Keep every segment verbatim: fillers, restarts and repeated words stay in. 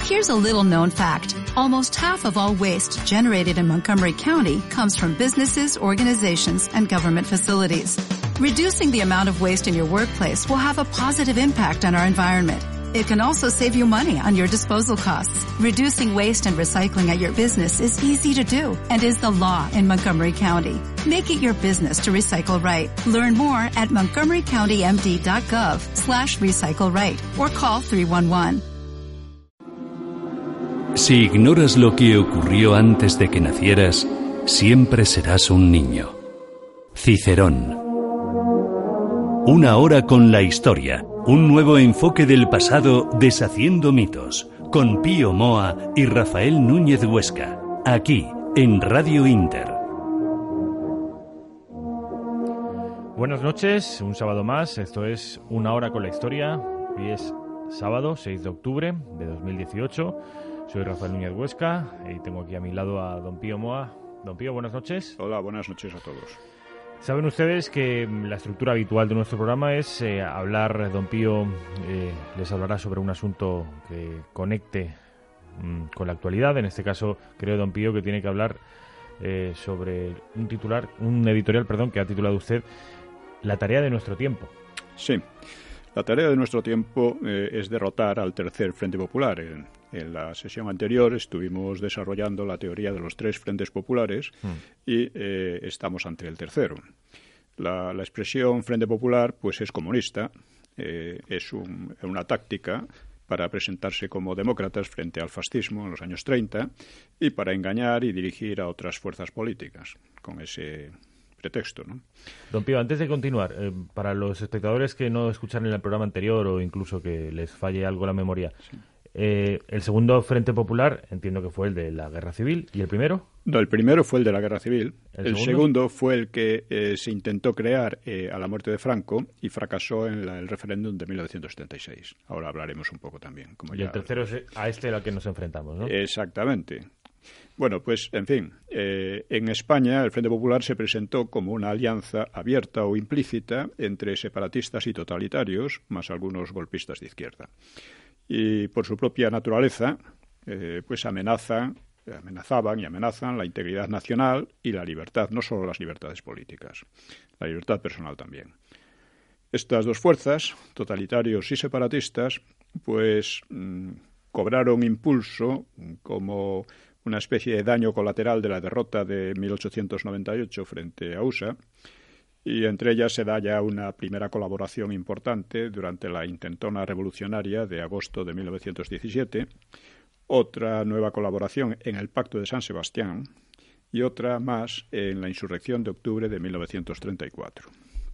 Here's a little-known fact. Almost half of all waste generated in Montgomery County comes from businesses, organizations, and government facilities. Reducing the amount of waste in your workplace will have a positive impact on our environment. It can also save you money on your disposal costs. Reducing waste and recycling at your business is easy to do and is the law in Montgomery County. Make it your business to recycle right. Learn more at montgomerycountymd.gov slash recycle right or call three one one. Si ignoras lo que ocurrió antes de que nacieras, siempre serás un niño. Cicerón. Una hora con la historia. Un nuevo enfoque del pasado deshaciendo mitos. Con Pío Moa y Rafael Núñez Huesca. Aquí, en Radio Inter. Buenas noches, un sábado más. Esto es Una hora con la historia. Hoy es sábado, seis de octubre de dos mil dieciocho. Soy Rafael Núñez Huesca y tengo aquí a mi lado a don Pío Moa. Don Pío, buenas noches. Hola, buenas noches a todos. Saben ustedes que la estructura habitual de nuestro programa es eh, hablar, don Pío eh, les hablará sobre un asunto que conecte mmm, con la actualidad. En este caso, creo, don Pío, que tiene que hablar eh, sobre un titular, un editorial, perdón, que ha titulado usted La tarea de nuestro tiempo. Sí. La tarea de nuestro tiempo eh, es derrotar al tercer Frente Popular. En, en la sesión anterior estuvimos desarrollando la teoría de los tres frentes populares mm. y eh, estamos ante el tercero. La, la expresión Frente Popular pues es comunista, eh, es un, una táctica para presentarse como demócratas frente al fascismo en los años treinta y para engañar y dirigir a otras fuerzas políticas con ese pretexto, ¿no? Don Pío, antes de continuar, eh, para los espectadores que no escucharon el programa anterior o incluso que les falle algo la memoria, sí. eh, el segundo Frente Popular entiendo que fue el de la Guerra Civil, ¿y el primero? No, el primero fue el de la Guerra Civil. ¿El, el segundo? segundo fue el que eh, se intentó crear eh, a la muerte de Franco y fracasó en la, el referéndum de mil novecientos setenta y seis. Ahora hablaremos un poco también. Como y ya el tercero es a este al que nos enfrentamos, ¿no? Exactamente. Bueno, pues, en fin, eh, en España el Frente Popular se presentó como una alianza abierta o implícita entre separatistas y totalitarios, más algunos golpistas de izquierda. Y por su propia naturaleza, eh, pues amenazan, amenazaban y amenazan la integridad nacional y la libertad, no solo las libertades políticas, la libertad personal también. Estas dos fuerzas, totalitarios y separatistas, pues mmm, cobraron impulso como una especie de daño colateral de la derrota de mil ochocientos noventa y ocho frente a U S A, y entre ellas se da ya una primera colaboración importante durante la intentona revolucionaria de agosto de mil novecientos diecisiete, otra nueva colaboración en el Pacto de San Sebastián y otra más en la insurrección de octubre de mil novecientos treinta y cuatro.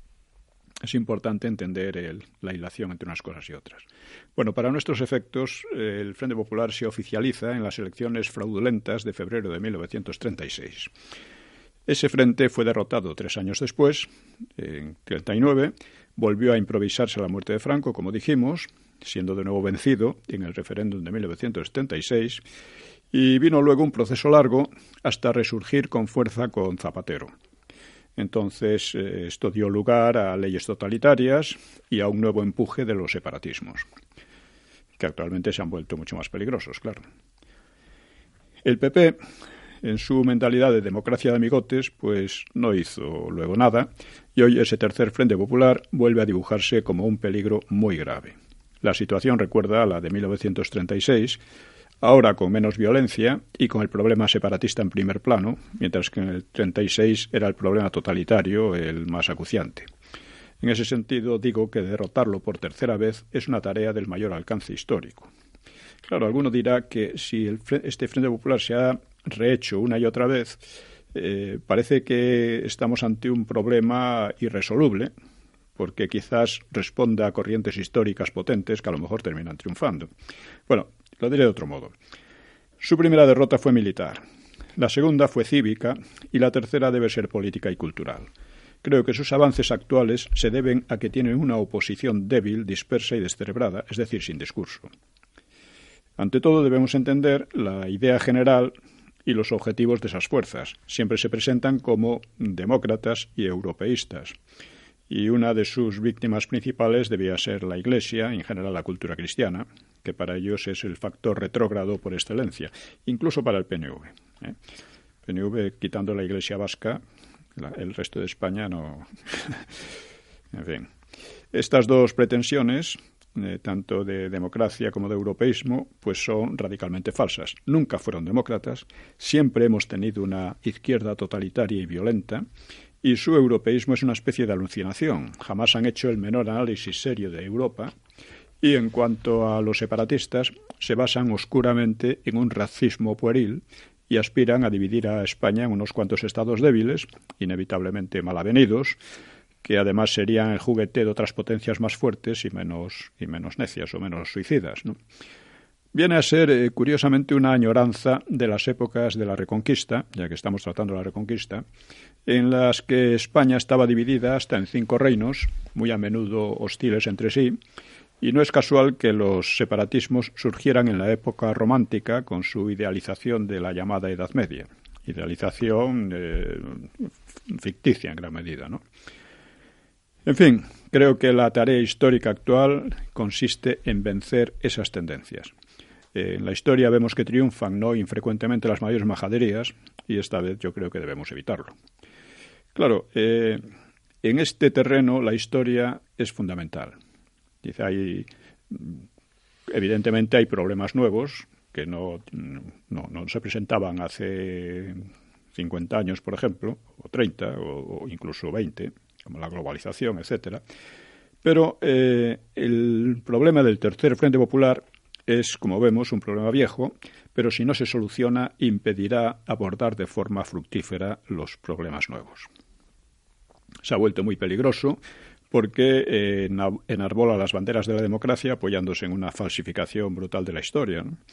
Es importante entender el, la hilación entre unas cosas y otras. Bueno, para nuestros efectos, el Frente Popular se oficializa en las elecciones fraudulentas de febrero de mil novecientos treinta y seis. Ese frente fue derrotado tres años después, en treinta y nueve, volvió a improvisarse la muerte de Franco, como dijimos, siendo de nuevo vencido en el referéndum de mil novecientos setenta y seis, y vino luego un proceso largo hasta resurgir con fuerza con Zapatero. Entonces, eh, esto dio lugar a leyes totalitarias y a un nuevo empuje de los separatismos, que actualmente se han vuelto mucho más peligrosos, claro. El P P, en su mentalidad de democracia de amigotes, pues no hizo luego nada, y hoy ese tercer Frente Popular vuelve a dibujarse como un peligro muy grave. La situación recuerda a la de mil novecientos treinta y seis, ahora con menos violencia y con el problema separatista en primer plano, mientras que en el treinta y seis era el problema totalitario el más acuciante. En ese sentido, digo que derrotarlo por tercera vez es una tarea del mayor alcance histórico. Claro, alguno dirá que si el, este Frente Popular se ha rehecho una y otra vez, eh, parece que estamos ante un problema irresoluble, porque quizás responda a corrientes históricas potentes que a lo mejor terminan triunfando. Bueno, lo diré de otro modo. Su primera derrota fue militar, la segunda fue cívica y la tercera debe ser política y cultural. Creo que sus avances actuales se deben a que tienen una oposición débil, dispersa y descerebrada, es decir, sin discurso. Ante todo debemos entender la idea general y los objetivos de esas fuerzas. Siempre se presentan como demócratas y europeístas. Y una de sus víctimas principales debía ser la Iglesia, en general la cultura cristiana, que para ellos es el factor retrógrado por excelencia, incluso para el P N V. ¿eh? P N V, quitando la Iglesia vasca, la, el resto de España no... en fin. Estas dos pretensiones, eh, tanto de democracia como de europeísmo, pues son radicalmente falsas. Nunca fueron demócratas, siempre hemos tenido una izquierda totalitaria y violenta, y su europeísmo es una especie de alucinación. Jamás han hecho el menor análisis serio de Europa, y en cuanto a los separatistas, se basan oscuramente en un racismo pueril y aspiran a dividir a España en unos cuantos estados débiles, inevitablemente malavenidos, que además serían el juguete de otras potencias más fuertes y menos, y menos necias o menos suicidas, ¿no? Viene a ser, eh, curiosamente, una añoranza de las épocas de la Reconquista, ya que estamos tratando la Reconquista, en las que España estaba dividida hasta en cinco reinos, muy a menudo hostiles entre sí, y no es casual que los separatismos surgieran en la época romántica con su idealización de la llamada Edad Media. Idealización eh, ficticia en gran medida, ¿no? En fin, creo que la tarea histórica actual consiste en vencer esas tendencias. Eh, en la historia vemos que triunfan no infrecuentemente las mayores majaderías y esta vez yo creo que debemos evitarlo. Claro, eh, en este terreno la historia es fundamental. Dice, hay, evidentemente hay problemas nuevos que no, no, no se presentaban hace cincuenta años, por ejemplo, o treinta, o, o incluso veinte, como la globalización, etcétera. Pero eh, el problema del tercer Frente Popular es, como vemos, un problema viejo, pero si no se soluciona, impedirá abordar de forma fructífera los problemas nuevos. Se ha vuelto muy peligroso porque eh, enarbola las banderas de la democracia apoyándose en una falsificación brutal de la historia, ¿no?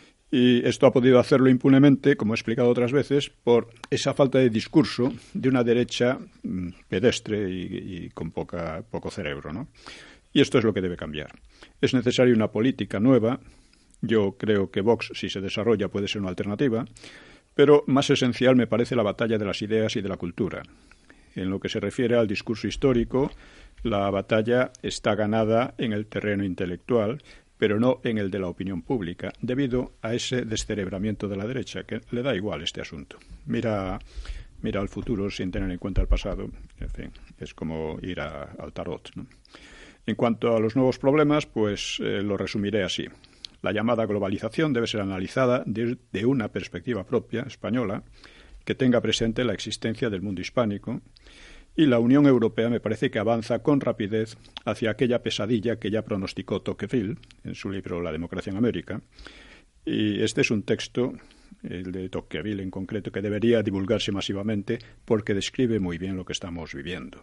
Y esto ha podido hacerlo impunemente, como he explicado otras veces, por esa falta de discurso de una derecha mmm, pedestre y, y con poca, poco cerebro, ¿no? Y esto es lo que debe cambiar. Es necesaria una política nueva. Yo creo que Vox, si se desarrolla, puede ser una alternativa, pero más esencial me parece la batalla de las ideas y de la cultura. En lo que se refiere al discurso histórico, la batalla está ganada en el terreno intelectual, pero no en el de la opinión pública, debido a ese descerebramiento de la derecha, que le da igual este asunto. Mira, mira al futuro sin tener en cuenta el pasado. En fin, es como ir a, al tarot, ¿no? En cuanto a los nuevos problemas, pues eh, lo resumiré así. La llamada globalización debe ser analizada de, de una perspectiva propia, española, que tenga presente la existencia del mundo hispánico, y la Unión Europea me parece que avanza con rapidez hacia aquella pesadilla que ya pronosticó Tocqueville en su libro La democracia en América. Y este es un texto, el de Tocqueville en concreto, que debería divulgarse masivamente porque describe muy bien lo que estamos viviendo.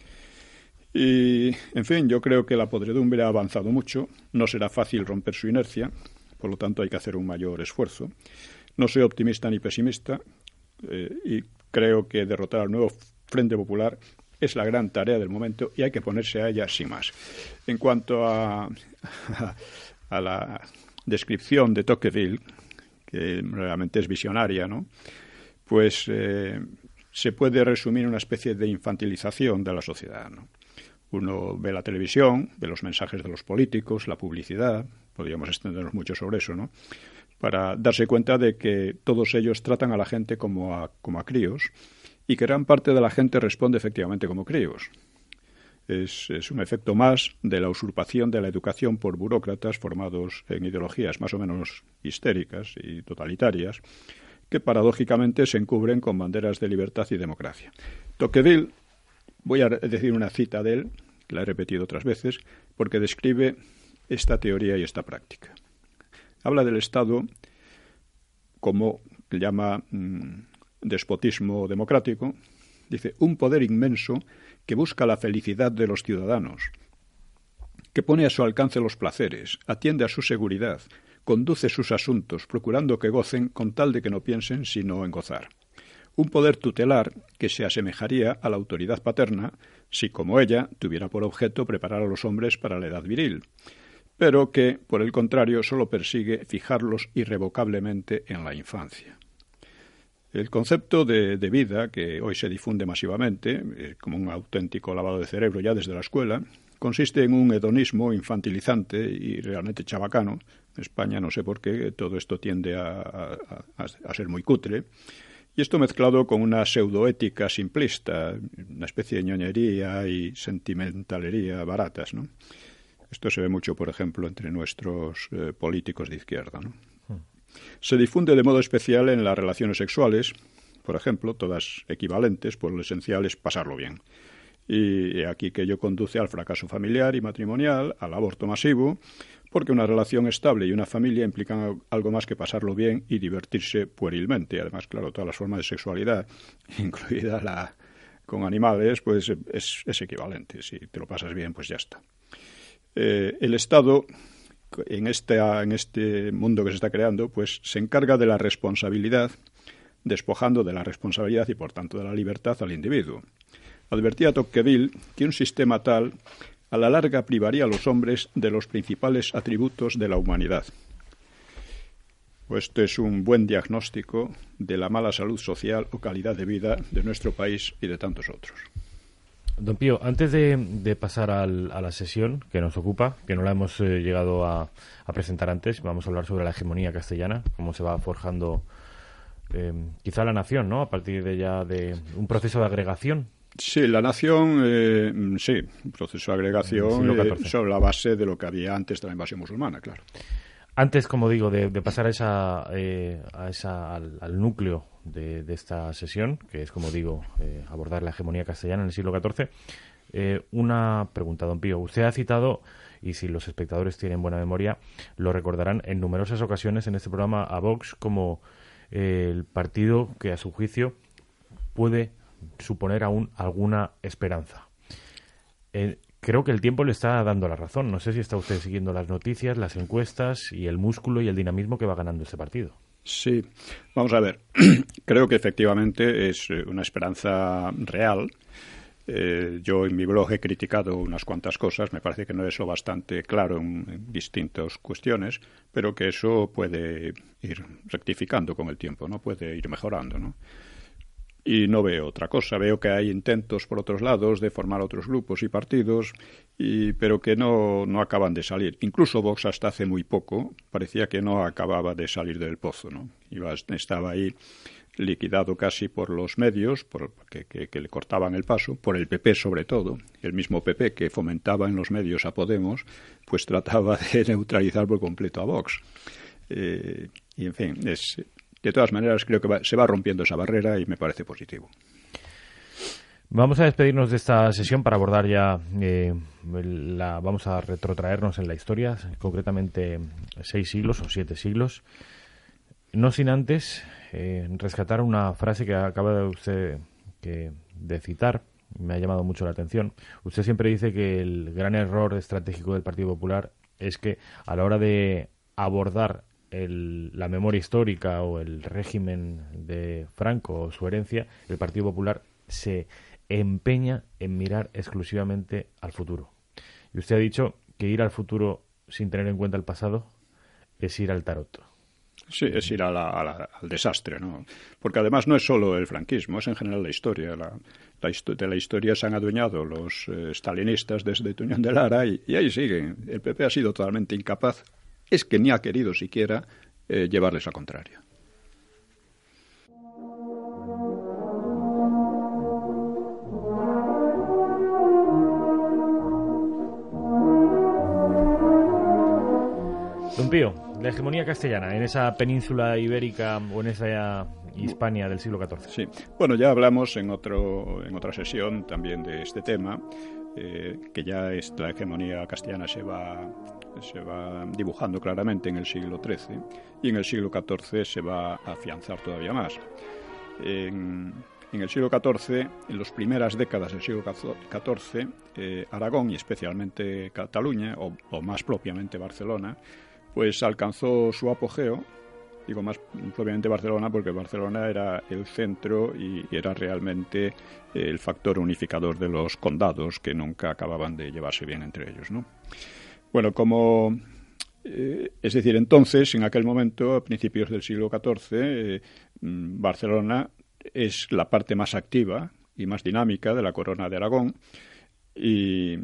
Y, en fin, yo creo que la podredumbre ha avanzado mucho. No será fácil romper su inercia, por lo tanto hay que hacer un mayor esfuerzo. No soy optimista ni pesimista eh, y creo que derrotar al nuevo Frente Popular es la gran tarea del momento y hay que ponerse a ella sin más. En cuanto a, a, a la descripción de Tocqueville, que realmente es visionaria, ¿no? Pues eh, se puede resumir en una especie de infantilización de la sociedad, ¿no? Uno ve la televisión, ve los mensajes de los políticos, la publicidad, podríamos extendernos mucho sobre eso, ¿no? Para darse cuenta de que todos ellos tratan a la gente como a, como a críos, y que gran parte de la gente responde efectivamente como críos. Es, es un efecto más de la usurpación de la educación por burócratas formados en ideologías más o menos histéricas y totalitarias, que paradójicamente se encubren con banderas de libertad y democracia. Tocqueville, voy a decir una cita de él, que la he repetido otras veces, porque describe esta teoría y esta práctica. Habla del Estado como que llama mmm, despotismo democrático, dice, un poder inmenso que busca la felicidad de los ciudadanos, que pone a su alcance los placeres, atiende a su seguridad, conduce sus asuntos, procurando que gocen con tal de que no piensen sino en gozar. Un poder tutelar que se asemejaría a la autoridad paterna si, como ella, tuviera por objeto preparar a los hombres para la edad viril, pero que, por el contrario, solo persigue fijarlos irrevocablemente en la infancia. El concepto de, de vida, que hoy se difunde masivamente, eh, como un auténtico lavado de cerebro ya desde la escuela, consiste en un hedonismo infantilizante y realmente chabacano. En España no sé por qué todo esto tiende a, a, a ser muy cutre. Y esto mezclado con una pseudoética simplista, una especie de ñoñería y sentimentalería baratas, ¿no? Esto se ve mucho, por ejemplo, entre nuestros eh, políticos de izquierda, ¿no? Se difunde de modo especial en las relaciones sexuales, por ejemplo, todas equivalentes, pues lo esencial es pasarlo bien. Y aquí que ello conduce al fracaso familiar y matrimonial, al aborto masivo, porque una relación estable y una familia implican algo más que pasarlo bien y divertirse puerilmente. Además, claro, todas las formas de sexualidad, incluida la con animales, pues es, es equivalente. Si te lo pasas bien, pues ya está. Eh, el Estado, en este, en este mundo que se está creando, pues se encarga de la responsabilidad, despojando de la responsabilidad y, por tanto, de la libertad al individuo. Advertía Tocqueville que un sistema tal a la larga privaría a los hombres de los principales atributos de la humanidad. Pues este es un buen diagnóstico de la mala salud social o calidad de vida de nuestro país y de tantos otros. Don Pío, antes de, de pasar al, a la sesión que nos ocupa, que no la hemos eh, llegado a, a presentar antes, vamos a hablar sobre la hegemonía castellana, cómo se va forjando eh, quizá la nación, ¿no? A partir de ya de un proceso de agregación. Sí, la nación, eh, sí, un proceso de agregación eh, sobre la base de lo que había antes de la invasión musulmana, claro. Antes, como digo, de, de pasar a esa, eh, a esa al, al núcleo de, de esta sesión, que es, como digo, eh, abordar la hegemonía castellana en el siglo catorce, eh, una pregunta, don Pío. Usted ha citado, y si los espectadores tienen buena memoria, lo recordarán en numerosas ocasiones en este programa a Vox como eh, el partido que, a su juicio, puede suponer aún alguna esperanza. Eh, creo que el tiempo le está dando la razón. No sé si está usted siguiendo las noticias, las encuestas y el músculo y el dinamismo que va ganando este partido. Sí, vamos a ver. Creo que efectivamente es una esperanza real. Eh, yo en mi blog he criticado unas cuantas cosas. Me parece que no es lo bastante claro en, en distintas cuestiones, pero que eso puede ir rectificando con el tiempo, ¿no? Puede ir mejorando, ¿no? Y no veo otra cosa. Veo que hay intentos por otros lados de formar otros grupos y partidos, y, pero que no, no acaban de salir. Incluso Vox hasta hace muy poco parecía que no acababa de salir del pozo, ¿no? Iba, estaba ahí liquidado casi por los medios, por, que, que, que le cortaban el paso, por el P P sobre todo. El mismo P P que fomentaba en los medios a Podemos, pues trataba de neutralizar por completo a Vox. Eh, y en fin, es... De todas maneras, creo que va, se va rompiendo esa barrera y me parece positivo. Vamos a despedirnos de esta sesión para abordar ya, eh, la, vamos a retrotraernos en la historia, concretamente seis siglos o siete siglos, no sin antes eh, rescatar una frase que acaba de usted que, de citar, me ha llamado mucho la atención. Usted siempre dice que el gran error estratégico del Partido Popular es que a la hora de abordar El, la memoria histórica o el régimen de Franco o su herencia, el Partido Popular se empeña en mirar exclusivamente al futuro. Y usted ha dicho que ir al futuro sin tener en cuenta el pasado es ir al tarot. Sí, es ir a la, a la, al desastre, ¿no? Porque además no es solo el franquismo, es en general la historia. La, la histo- de la historia se han adueñado los eh, stalinistas desde Tuñón de Lara y, y ahí siguen. El P P ha sido totalmente incapaz, es que ni ha querido siquiera eh, llevarles la contraria. Don Pío, la hegemonía castellana en esa península ibérica o en esa Hispania del siglo catorce. Sí, bueno, ya hablamos en, otro, en otra sesión también de este tema, eh, que ya es, la hegemonía castellana se va... se va dibujando claramente en el siglo trece y en el siglo catorce se va a afianzar todavía más. En, en el siglo catorce, en las primeras décadas del siglo catorce, eh, Aragón y especialmente Cataluña, o, o más propiamente Barcelona, pues alcanzó su apogeo. Digo más propiamente Barcelona porque Barcelona era el centro y era realmente el factor unificador de los condados que nunca acababan de llevarse bien entre ellos, ¿no? Bueno, como, eh, es decir, entonces, en aquel momento, a principios del siglo catorce, eh, Barcelona es la parte más activa y más dinámica de la corona de Aragón y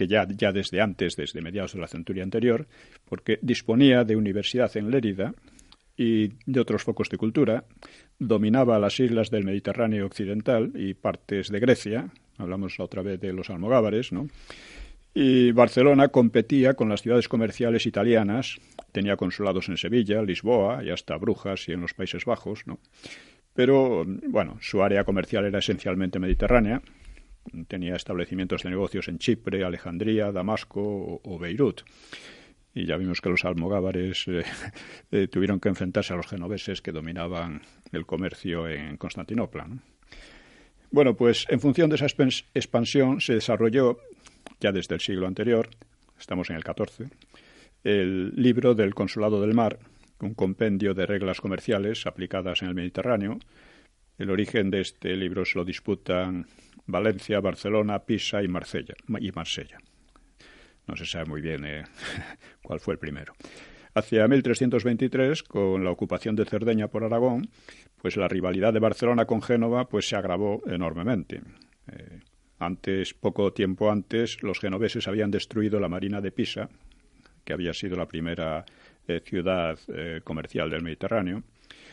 que ya, ya desde antes, desde mediados de la centuria anterior, porque disponía de universidad en Lérida y de otros focos de cultura, dominaba las islas del Mediterráneo occidental y partes de Grecia, hablamos otra vez de los almogávares, ¿no? Y Barcelona competía con las ciudades comerciales italianas, tenía consulados en Sevilla, Lisboa y hasta Brujas y en los Países Bajos, ¿no? Pero, bueno, su área comercial era esencialmente mediterránea, tenía establecimientos de negocios en Chipre, Alejandría, Damasco o, o Beirut. Y ya vimos que los almogávares eh, eh, tuvieron que enfrentarse a los genoveses que dominaban el comercio en Constantinopla, ¿no? Bueno, pues en función de esa expansión se desarrolló, ya desde el siglo anterior, estamos en el catorce, el libro del Consulado del Mar, un compendio de reglas comerciales aplicadas en el Mediterráneo. El origen de este libro se lo disputan Valencia, Barcelona, Pisa y Marsella. Y Marsella. No se sabe muy bien eh, cuál fue el primero. Hacia mil trescientos veintitrés, con la ocupación de Cerdeña por Aragón, pues la rivalidad de Barcelona con Génova pues se agravó enormemente. Eh, antes, poco tiempo antes, los genoveses habían destruido la marina de Pisa, que había sido la primera eh, ciudad eh, comercial del Mediterráneo,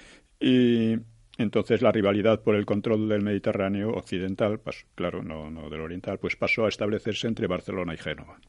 y entonces la rivalidad por el control del Mediterráneo occidental, pues, claro, no, no del oriental, pues pasó a establecerse entre Barcelona y Génova.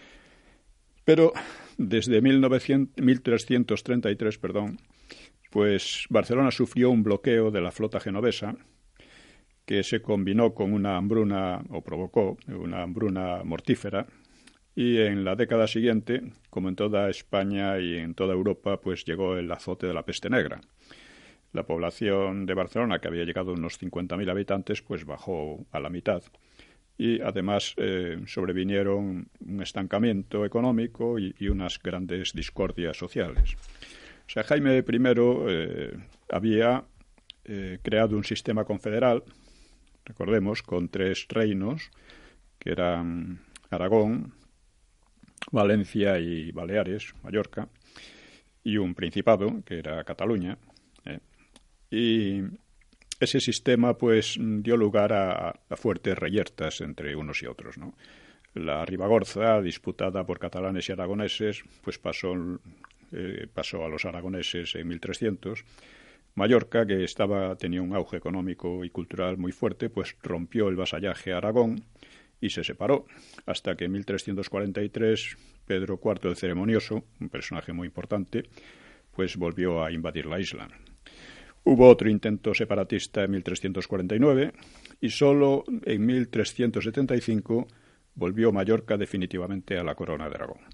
Pero desde mil trescientos treinta y tres, perdón, pues Barcelona sufrió un bloqueo de la flota genovesa que se combinó con una hambruna, o provocó una hambruna mortífera, y en la década siguiente, como en toda España y en toda Europa, pues llegó el azote de la peste negra. La población de Barcelona, que había llegado a unos cincuenta mil habitantes, pues bajó a la mitad. Y además eh, sobrevinieron un estancamiento económico y, y unas grandes discordias sociales. O sea, Jaime primero eh, había eh, creado un sistema confederal, recordemos, con tres reinos, que eran Aragón, Valencia y Baleares, Mallorca, y un principado, que era Cataluña. Eh, y ese sistema pues dio lugar a, a fuertes reyertas entre unos y otros, ¿no? La Ribagorza, disputada por catalanes y aragoneses, pues pasó, eh, pasó a los aragoneses en mil trescientos. Mallorca, que estaba, tenía un auge económico y cultural muy fuerte, pues rompió el vasallaje a Aragón y se separó, hasta que en mil trescientos cuarenta y tres Pedro cuarto el Ceremonioso, un personaje muy importante, pues volvió a invadir la isla. Hubo otro intento separatista en mil trescientos cuarenta y nueve y solo en mil trescientos setenta y cinco volvió Mallorca definitivamente a la corona de Aragón.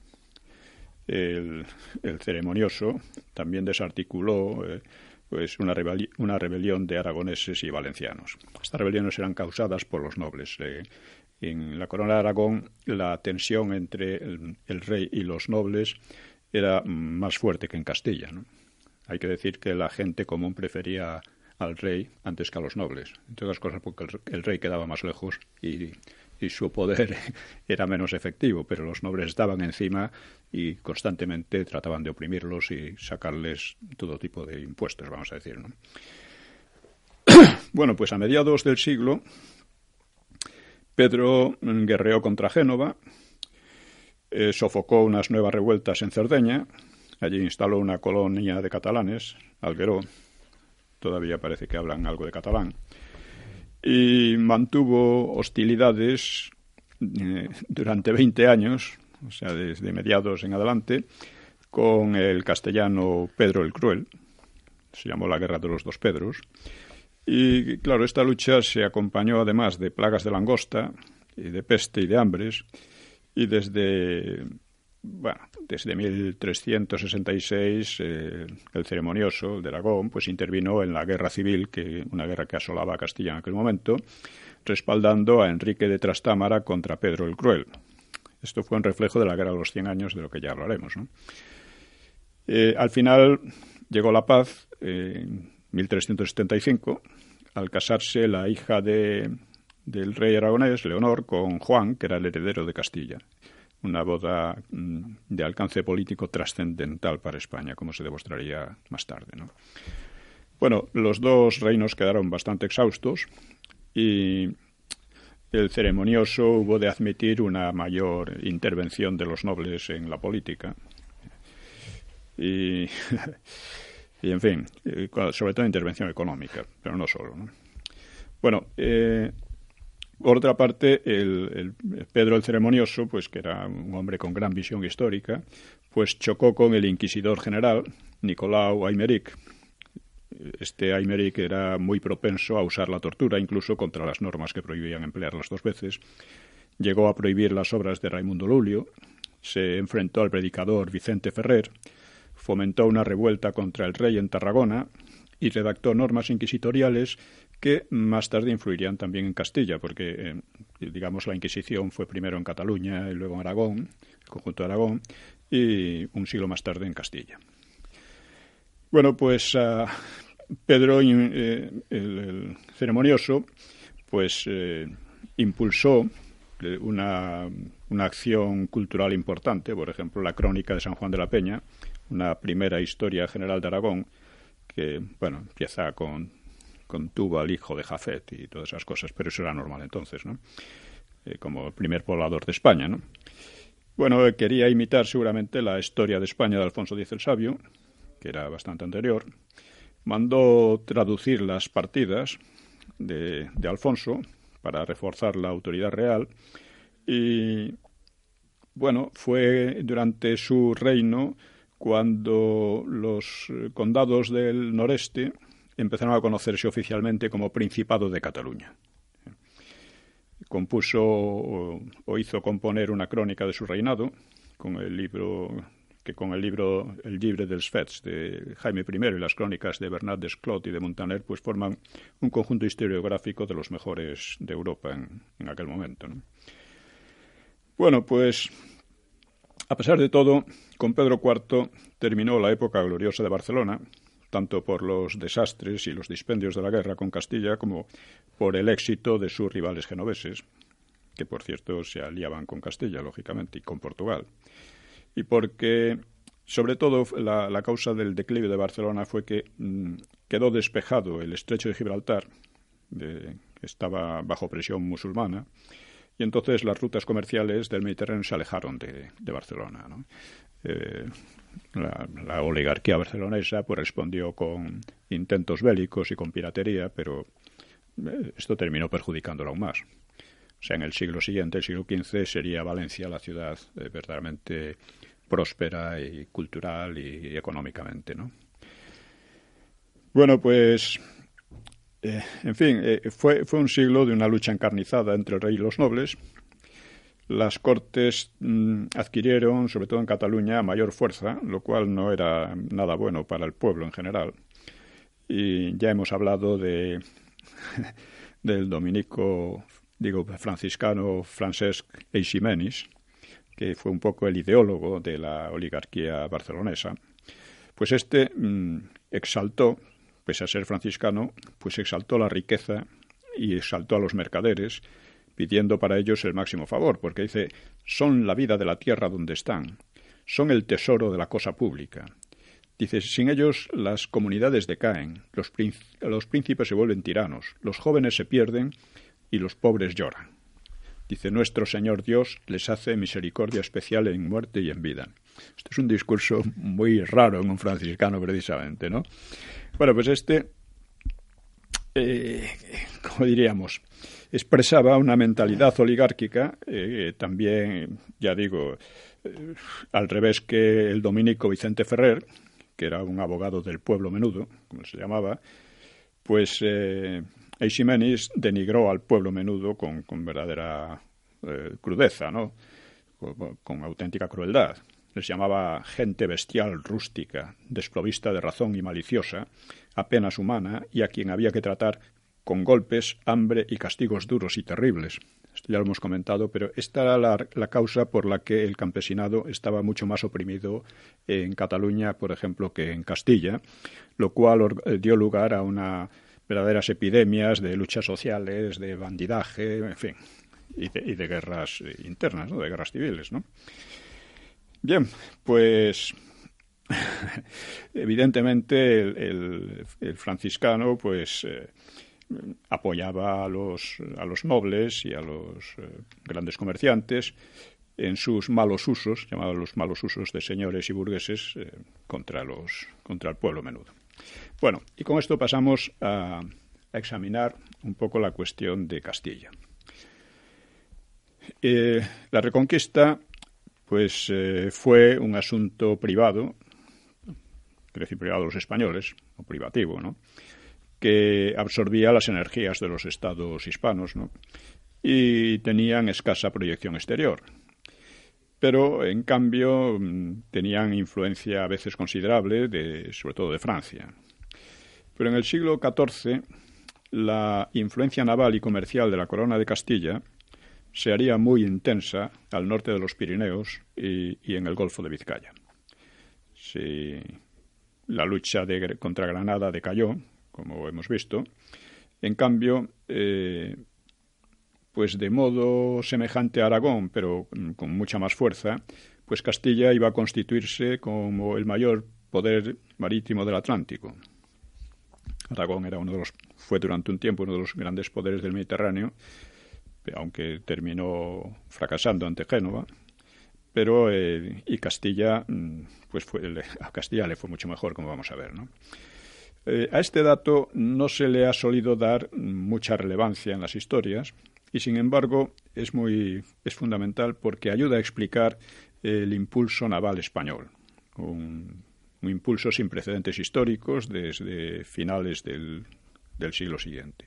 El, el Ceremonioso también desarticuló eh, pues una, rebeli- una rebelión de aragoneses y valencianos. Estas rebeliones eran causadas por los nobles. Eh, en la corona de Aragón la tensión entre el, el rey y los nobles era más fuerte que en Castilla, ¿no? Hay que decir que la gente común prefería al rey antes que a los nobles. Entre otras cosas porque el, el rey quedaba más lejos y, y su poder era menos efectivo, pero los nobles estaban encima y constantemente trataban de oprimirlos y sacarles todo tipo de impuestos, vamos a decir, ¿no? Bueno, pues a mediados del siglo, Pedro guerreó contra Génova, eh, sofocó unas nuevas revueltas en Cerdeña. Allí instaló una colonia de catalanes, Algueró, todavía parece que hablan algo de catalán, y mantuvo hostilidades eh, durante veinte años, o sea, desde mediados en adelante, con el castellano Pedro el Cruel. Se llamó la Guerra de los Dos Pedros. Y, claro, esta lucha se acompañó además de plagas de langosta, y de peste y de hambres, y desde... Bueno, desde mil trescientos sesenta y seis eh, el Ceremonioso, el de Aragón, pues intervino en la guerra civil, que una guerra que asolaba a Castilla en aquel momento, respaldando a Enrique de Trastámara contra Pedro el Cruel. Esto fue un reflejo de la guerra de los Cien Años, de lo que ya hablaremos, ¿no? Eh, al final llegó la paz eh, en mil trescientos setenta y cinco, al casarse la hija de, del rey aragonés, Leonor, con Juan, que era el heredero de Castilla. Una boda de alcance político trascendental para España, como se demostraría más tarde, ¿no? Bueno, los dos reinos quedaron bastante exhaustos y el ceremonioso hubo de admitir una mayor intervención de los nobles en la política. Y, y en fin, sobre todo intervención económica, pero no solo, ¿no? Bueno, eh, por otra parte, el, el Pedro el Ceremonioso, pues que era un hombre con gran visión histórica, pues chocó con el inquisidor general, Nicolau Aymeric. Este Aymeric era muy propenso a usar la tortura, incluso contra las normas que prohibían emplearlas dos veces. Llegó a prohibir las obras de Raimundo Lulio, se enfrentó al predicador Vicente Ferrer, fomentó una revuelta contra el rey en Tarragona y redactó normas inquisitoriales que más tarde influirían también en Castilla, porque, eh, digamos, la Inquisición fue primero en Cataluña y luego en Aragón, el conjunto de Aragón, y un siglo más tarde en Castilla. Bueno, pues uh, Pedro, eh, el, el Ceremonioso, pues eh, impulsó una, una acción cultural importante, por ejemplo, la Crónica de San Juan de la Peña, una primera historia general de Aragón, que, bueno, empieza con, con Túbal, hijo de Jafet y todas esas cosas, pero eso era normal entonces, ¿no? Eh, como el primer poblador de España, ¿no? Bueno, eh, quería imitar seguramente la historia de España de Alfonso X el Sabio, que era bastante anterior. Mandó traducir las partidas de, de Alfonso para reforzar la autoridad real y, bueno, fue durante su reino cuando los condados del noreste empezaron a conocerse oficialmente como Principado de Cataluña. Compuso o, o hizo componer una crónica de su reinado con el libro que con el libro El Llibre dels Fets de Jaime primero y las crónicas de Bernat Desclot y de Montaner, pues forman un conjunto historiográfico de los mejores de Europa en, en aquel momento, ¿no? Bueno, pues a pesar de todo, con Pedro cuarto terminó la época gloriosa de Barcelona, tanto por los desastres y los dispendios de la guerra con Castilla como por el éxito de sus rivales genoveses, que por cierto se aliaban con Castilla, lógicamente, y con Portugal. Y porque, sobre todo, la, la causa del declive de Barcelona fue que mmm, quedó despejado el estrecho de Gibraltar, de, que estaba bajo presión musulmana, y entonces las rutas comerciales del Mediterráneo se alejaron de, de Barcelona, ¿no? Eh, la, la oligarquía barcelonesa pues respondió con intentos bélicos y con piratería, pero eh, esto terminó perjudicándola aún más. O sea, en el siglo siguiente, el siglo quince, sería Valencia la ciudad eh, verdaderamente próspera y cultural y, y económicamente, ¿no? Bueno, pues, eh, en fin, eh, fue, fue un siglo de una lucha encarnizada entre el rey y los nobles. Las Cortes mmm, adquirieron, sobre todo en Cataluña, mayor fuerza, lo cual no era nada bueno para el pueblo en general. Y ya hemos hablado de del dominico, digo, franciscano Francesc Eiximenis, que fue un poco el ideólogo de la oligarquía barcelonesa. Pues este mmm, exaltó, pese a ser franciscano, pues exaltó la riqueza y exaltó a los mercaderes, pidiendo para ellos el máximo favor, porque dice, son la vida de la tierra donde están, son el tesoro de la cosa pública. Dice, sin ellos las comunidades decaen, los, príncip- los príncipes se vuelven tiranos, los jóvenes se pierden y los pobres lloran. Dice, nuestro Señor Dios les hace misericordia especial en muerte y en vida. Este es un discurso muy raro en un franciscano, precisamente, ¿no? Bueno, pues este, eh, ¿cómo diríamos?, expresaba una mentalidad oligárquica, eh, también, ya digo, eh, al revés que el dominico Vicente Ferrer, que era un abogado del pueblo menudo, como se llamaba, pues eh, Eiximenis denigró al pueblo menudo con, con verdadera eh, crudeza, ¿no? Con, con auténtica crueldad. Les llamaba gente bestial, rústica, desprovista de razón y maliciosa, apenas humana, y a quien había que tratar con golpes, hambre y castigos duros y terribles. Esto ya lo hemos comentado, pero esta era la, la causa por la que el campesinado estaba mucho más oprimido en Cataluña, por ejemplo, que en Castilla, lo cual dio lugar a unas verdaderas epidemias de luchas sociales, de bandidaje, en fin, y de, y de guerras internas, ¿no?, de guerras civiles, ¿no? Bien, pues evidentemente el, el, el franciscano, pues... Eh, apoyaba a los, a los nobles y a los eh, grandes comerciantes en sus malos usos, llamados los malos usos de señores y burgueses, eh, contra, los, contra el pueblo menudo. Bueno, y con esto pasamos a, a examinar un poco la cuestión de Castilla. Eh, la Reconquista, pues, eh, fue un asunto privado, quiero decir privado de los españoles, o privativo, ¿no?, que absorbía las energías de los estados hispanos, ¿no?, y tenían escasa proyección exterior. Pero, en cambio, tenían influencia a veces considerable, de, sobre todo de Francia. Pero en el siglo catorce, la influencia naval y comercial de la Corona de Castilla se haría muy intensa al norte de los Pirineos y, y en el Golfo de Vizcaya. Si la lucha de, contra Granada decayó, como hemos visto, en cambio, eh, pues de modo semejante a Aragón, pero con mucha más fuerza, pues Castilla iba a constituirse como el mayor poder marítimo del Atlántico. Aragón era uno de los, fue durante un tiempo uno de los grandes poderes del Mediterráneo, aunque terminó fracasando ante Génova, pero eh, y Castilla, pues fue, a Castilla le fue mucho mejor, como vamos a ver, ¿no? Eh, a este dato no se le ha solido dar mucha relevancia en las historias y, sin embargo, es muy es fundamental porque ayuda a explicar el impulso naval español, un, un impulso sin precedentes históricos desde finales del, del siglo siguiente.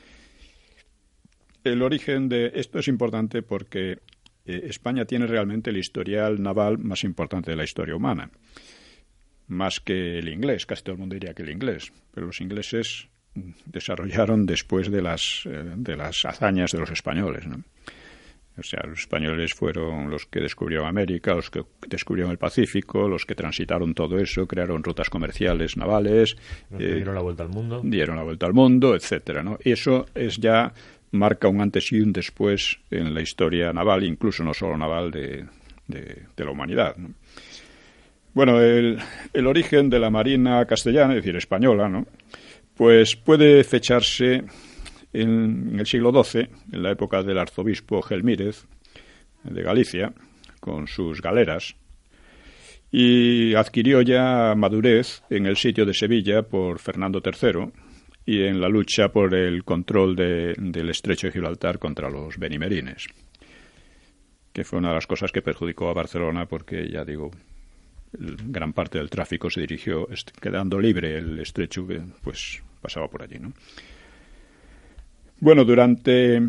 El origen de esto es importante porque eh, España tiene realmente el historial naval más importante de la historia humana, más que el inglés, casi todo el mundo diría que el inglés, pero los ingleses desarrollaron después de las, eh, de las hazañas de los españoles, ¿no? O sea, los españoles fueron los que descubrieron América, los que descubrieron el Pacífico, los que transitaron todo eso, crearon rutas comerciales navales, eh, dieron la vuelta al mundo, dieron la vuelta al mundo, etcétera, ¿no? Y eso es ya marca un antes y un después en la historia naval, incluso no solo naval de, de, de la humanidad, ¿no? Bueno, el, el origen de la Marina castellana, es decir, española, ¿no?, pues puede fecharse en, en el siglo doce, en la época del arzobispo Gelmírez de Galicia, con sus galeras, y adquirió ya madurez en el sitio de Sevilla por Fernando tercero y en la lucha por el control de, del estrecho de Gibraltar contra los benimerines, que fue una de las cosas que perjudicó a Barcelona porque, ya digo, gran parte del tráfico se dirigió, quedando libre el estrecho, que pues pasaba por allí, ¿no? Bueno, durante...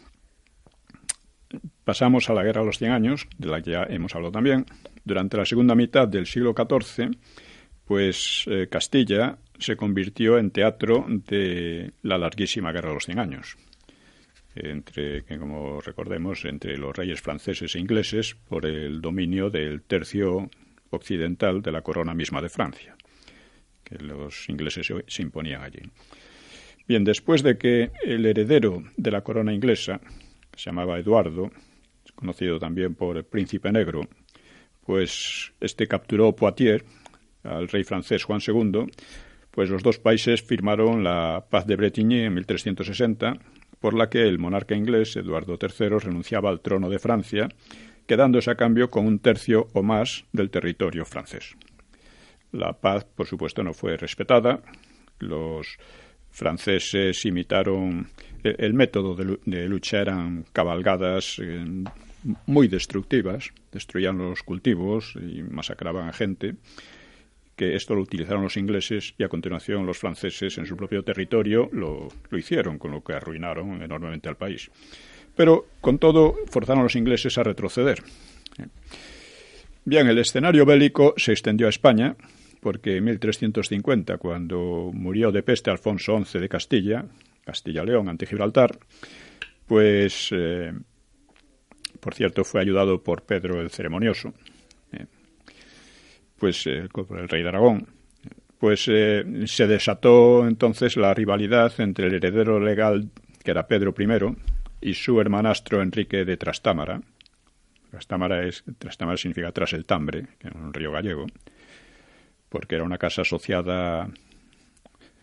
Pasamos a la Guerra de los Cien Años, de la que ya hemos hablado también. Durante la segunda mitad del siglo catorce, pues eh, Castilla se convirtió en teatro de la larguísima Guerra de los Cien Años, entre, que como recordemos, entre los reyes franceses e ingleses por el dominio del tercio occidental de la corona misma de Francia, que los ingleses se, se imponían allí. Bien, después de que el heredero de la corona inglesa, que se llamaba Eduardo, conocido también por el Príncipe Negro, pues este capturó Poitiers al rey francés Juan segundo, pues los dos países firmaron la Paz de Bretigny en mil trescientos sesenta, por la que el monarca inglés, Eduardo tercero, renunciaba al trono de Francia, quedándose a cambio con un tercio o más del territorio francés. La paz, por supuesto, no fue respetada. Los franceses imitaron el, el método de, de lucha, eran cabalgadas eh, muy destructivas, destruían los cultivos y masacraban a gente, que esto lo utilizaron los ingleses y a continuación los franceses en su propio territorio lo, lo hicieron, con lo que arruinaron enormemente al país. Pero, con todo, forzaron a los ingleses a retroceder. Bien, el escenario bélico se extendió a España, porque en mil trescientos cincuenta, cuando murió de peste Alfonso once de Castilla, Castilla-León ante Gibraltar, pues, eh, por cierto, fue ayudado por Pedro el Ceremonioso, eh, pues eh, por el rey de Aragón, pues eh, se desató entonces la rivalidad entre el heredero legal, que era Pedro primero, y su hermanastro Enrique de Trastámara. Trastámara, es, Trastámara significa tras el Tambre, que es un río gallego, porque era una casa asociada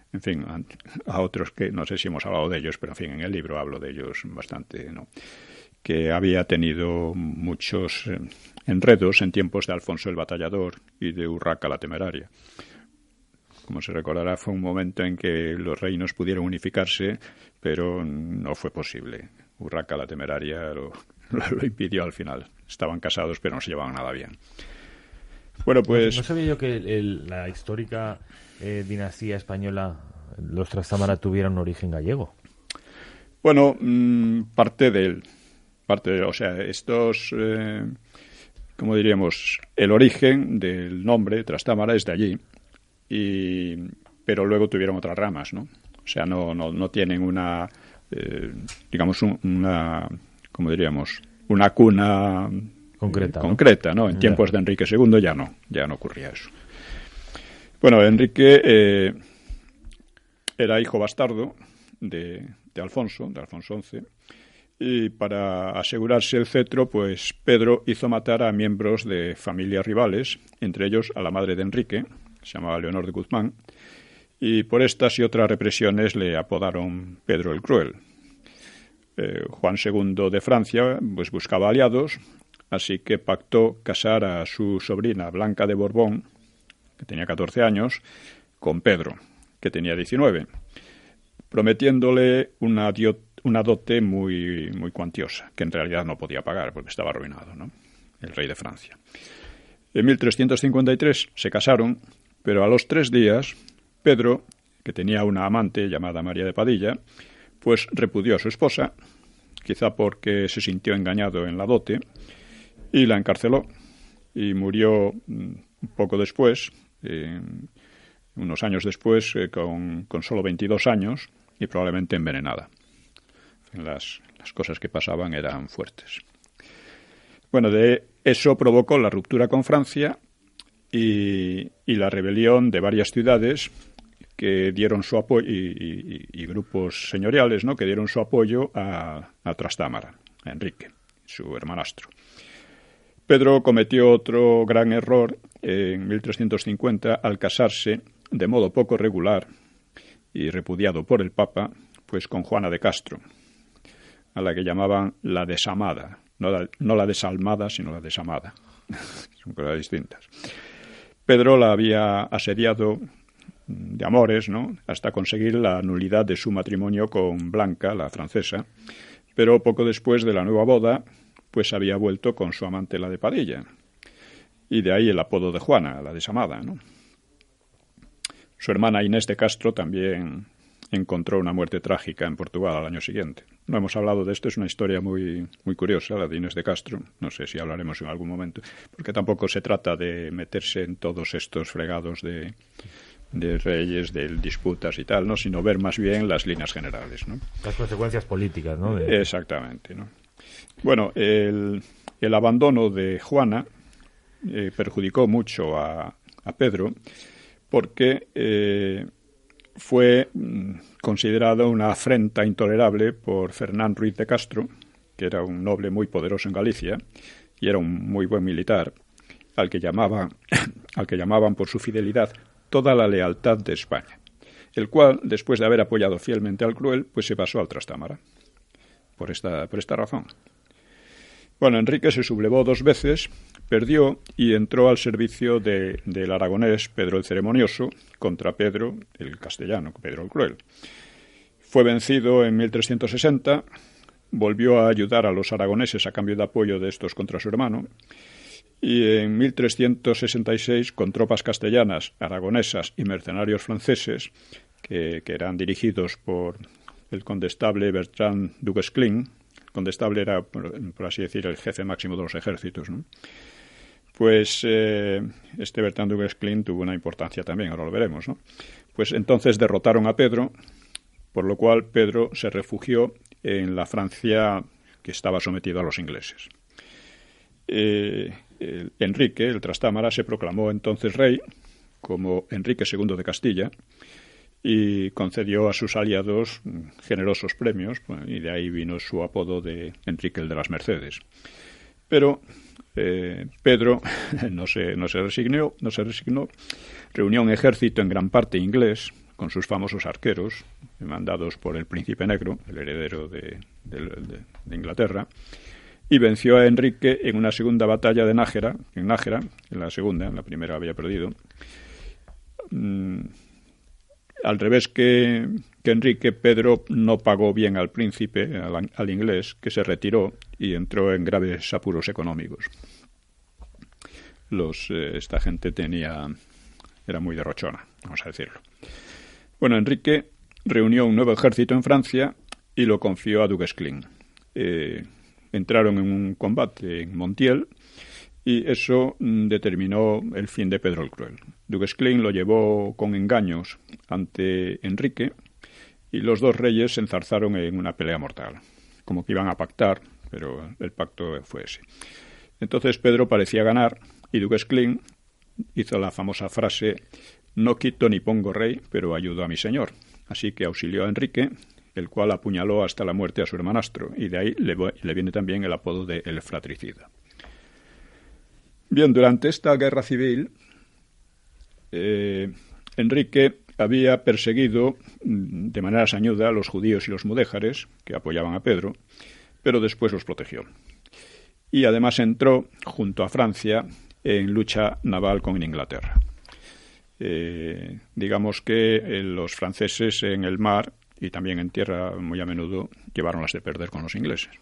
en fin, a, a otros que no sé si hemos hablado de ellos, pero en fin, en el libro hablo de ellos bastante, ¿no? Que había tenido muchos eh, enredos en tiempos de Alfonso el Batallador y de Urraca la Temeraria. Como se recordará, fue un momento en que los reinos pudieron unificarse, pero no fue posible. Urraca la Temeraria lo, lo, lo impidió al final. Estaban casados, pero no se llevaban nada bien. Bueno, pues... No sabía yo que el, la histórica eh, dinastía española, los Trastámara, tuvieran un origen gallego. Bueno, mmm, parte de él. Parte de, o sea, estos, eh, como diríamos, el origen del nombre Trastámara es de allí, y, pero luego tuvieron otras ramas, ¿no? O sea, no, no, no tienen una, eh, digamos, un, una, como diríamos, una cuna concreta, eh, concreta, ¿no? En ya. Tiempos de Enrique segundo ya no, ya no ocurría eso. Bueno, Enrique eh, era hijo bastardo de, de Alfonso, de Alfonso once, y para asegurarse el cetro, pues Pedro hizo matar a miembros de familias rivales, entre ellos a la madre de Enrique, que se llamaba Leonor de Guzmán, y por estas y otras represiones le apodaron Pedro el Cruel. Eh, Juan segundo de Francia pues buscaba aliados, así que pactó casar a su sobrina Blanca de Borbón, que tenía catorce años, con Pedro, que tenía diecinueve, prometiéndole una diot una dote muy, muy cuantiosa, que en realidad no podía pagar porque estaba arruinado, ¿no? El rey de Francia. En mil trescientos cincuenta y tres se casaron, pero a los tres días, Pedro, que tenía una amante llamada María de Padilla, pues repudió a su esposa, quizá porque se sintió engañado en la dote, y la encarceló, y murió un poco después, eh, unos años después, eh, con, con solo veintidós años, y probablemente envenenada. Las, las cosas que pasaban eran fuertes. Bueno, de eso provocó la ruptura con Francia y, y la rebelión de varias ciudades que dieron su apoyo, y, y, y grupos señoriales, ¿no?, que dieron su apoyo a, a Trastámara, a Enrique, su hermanastro. Pedro cometió otro gran error en mil trescientos cincuenta al casarse de modo poco regular y repudiado por el Papa, pues con Juana de Castro, a la que llamaban la desamada, no la, no la desalmada, sino la desamada. Son cosas distintas. Pedro la había asediado de amores, ¿no?, hasta conseguir la nulidad de su matrimonio con Blanca, la francesa, pero poco después de la nueva boda, pues había vuelto con su amante, la de Padilla, y de ahí el apodo de Juana, la desamada, ¿no? Su hermana Inés de Castro también encontró una muerte trágica en Portugal al año siguiente. No hemos hablado de esto, es una historia muy, muy curiosa, la de Inés de Castro. No sé si hablaremos en algún momento, porque tampoco se trata de meterse en todos estos fregados de, de reyes, de disputas y tal, ¿no?, sino ver más bien las líneas generales, ¿no? Las consecuencias políticas, ¿no? De... Exactamente, ¿no? Bueno, el, el abandono de Juana eh, perjudicó mucho a, a Pedro, porque eh, fue mm, considerado una afrenta intolerable por Fernán Ruiz de Castro, que era un noble muy poderoso en Galicia y era un muy buen militar, al que llamaban, al que llamaban por su fidelidad toda la lealtad de España, el cual, después de haber apoyado fielmente al Cruel, pues se pasó al Trastámara, por esta, por esta razón. Bueno, Enrique se sublevó dos veces, perdió y entró al servicio de, del aragonés Pedro el Ceremonioso contra Pedro el Castellano, Pedro el Cruel. Fue vencido en mil trescientos sesenta, volvió a ayudar a los aragoneses a cambio de apoyo de estos contra su hermano, y en mil trescientos sesenta y seis, con tropas castellanas, aragonesas y mercenarios franceses, que, que eran dirigidos por el condestable Bertrand du Guesclin. El condestable era, por, por así decir, el jefe máximo de los ejércitos, ¿no? Pues eh, este Bertrand du Guesclin tuvo una importancia también, ahora lo veremos, ¿no? Pues entonces derrotaron a Pedro, por lo cual Pedro se refugió en la Francia que estaba sometida a los ingleses. Eh, el Enrique, el Trastámara, se proclamó entonces rey como Enrique segundo de Castilla y concedió a sus aliados generosos premios, y de ahí vino su apodo de Enrique el de las Mercedes. Pero eh, Pedro no se, no se resignó, no se resignó, reunió un ejército en gran parte inglés, con sus famosos arqueros, mandados por el príncipe negro, el heredero de, de, de, de Inglaterra, y venció a Enrique en una segunda batalla de Nájera, en Nájera, en la segunda, en la primera había perdido. Mm, al revés que, que Enrique, Pedro no pagó bien al príncipe, al, al inglés, que se retiró y entró en graves apuros económicos. Los, eh, esta gente tenía, era muy derrochona, vamos a decirlo. Bueno, Enrique reunió un nuevo ejército en Francia y lo confió a Du Guesclin. Eh, entraron en un combate en Montiel y eso mm, determinó el fin de Pedro el Cruel. Du Guesclin lo llevó con engaños ante Enrique y los dos reyes se enzarzaron en una pelea mortal, como que iban a pactar, pero el pacto fue ese. Entonces Pedro parecía ganar y Du Guesclin hizo la famosa frase: no quito ni pongo rey, pero ayudo a mi señor. Así que auxilió a Enrique, el cual apuñaló hasta la muerte a su hermanastro, y de ahí le, le viene también el apodo de el fratricida. Bien, durante esta guerra civil, eh, Enrique había perseguido de manera sañuda a los judíos y los mudéjares, que apoyaban a Pedro, pero después los protegió. Y además entró, junto a Francia, en lucha naval con Inglaterra. Eh, digamos que eh, los franceses en el mar y también en tierra muy a menudo llevaron las de perder con los ingleses.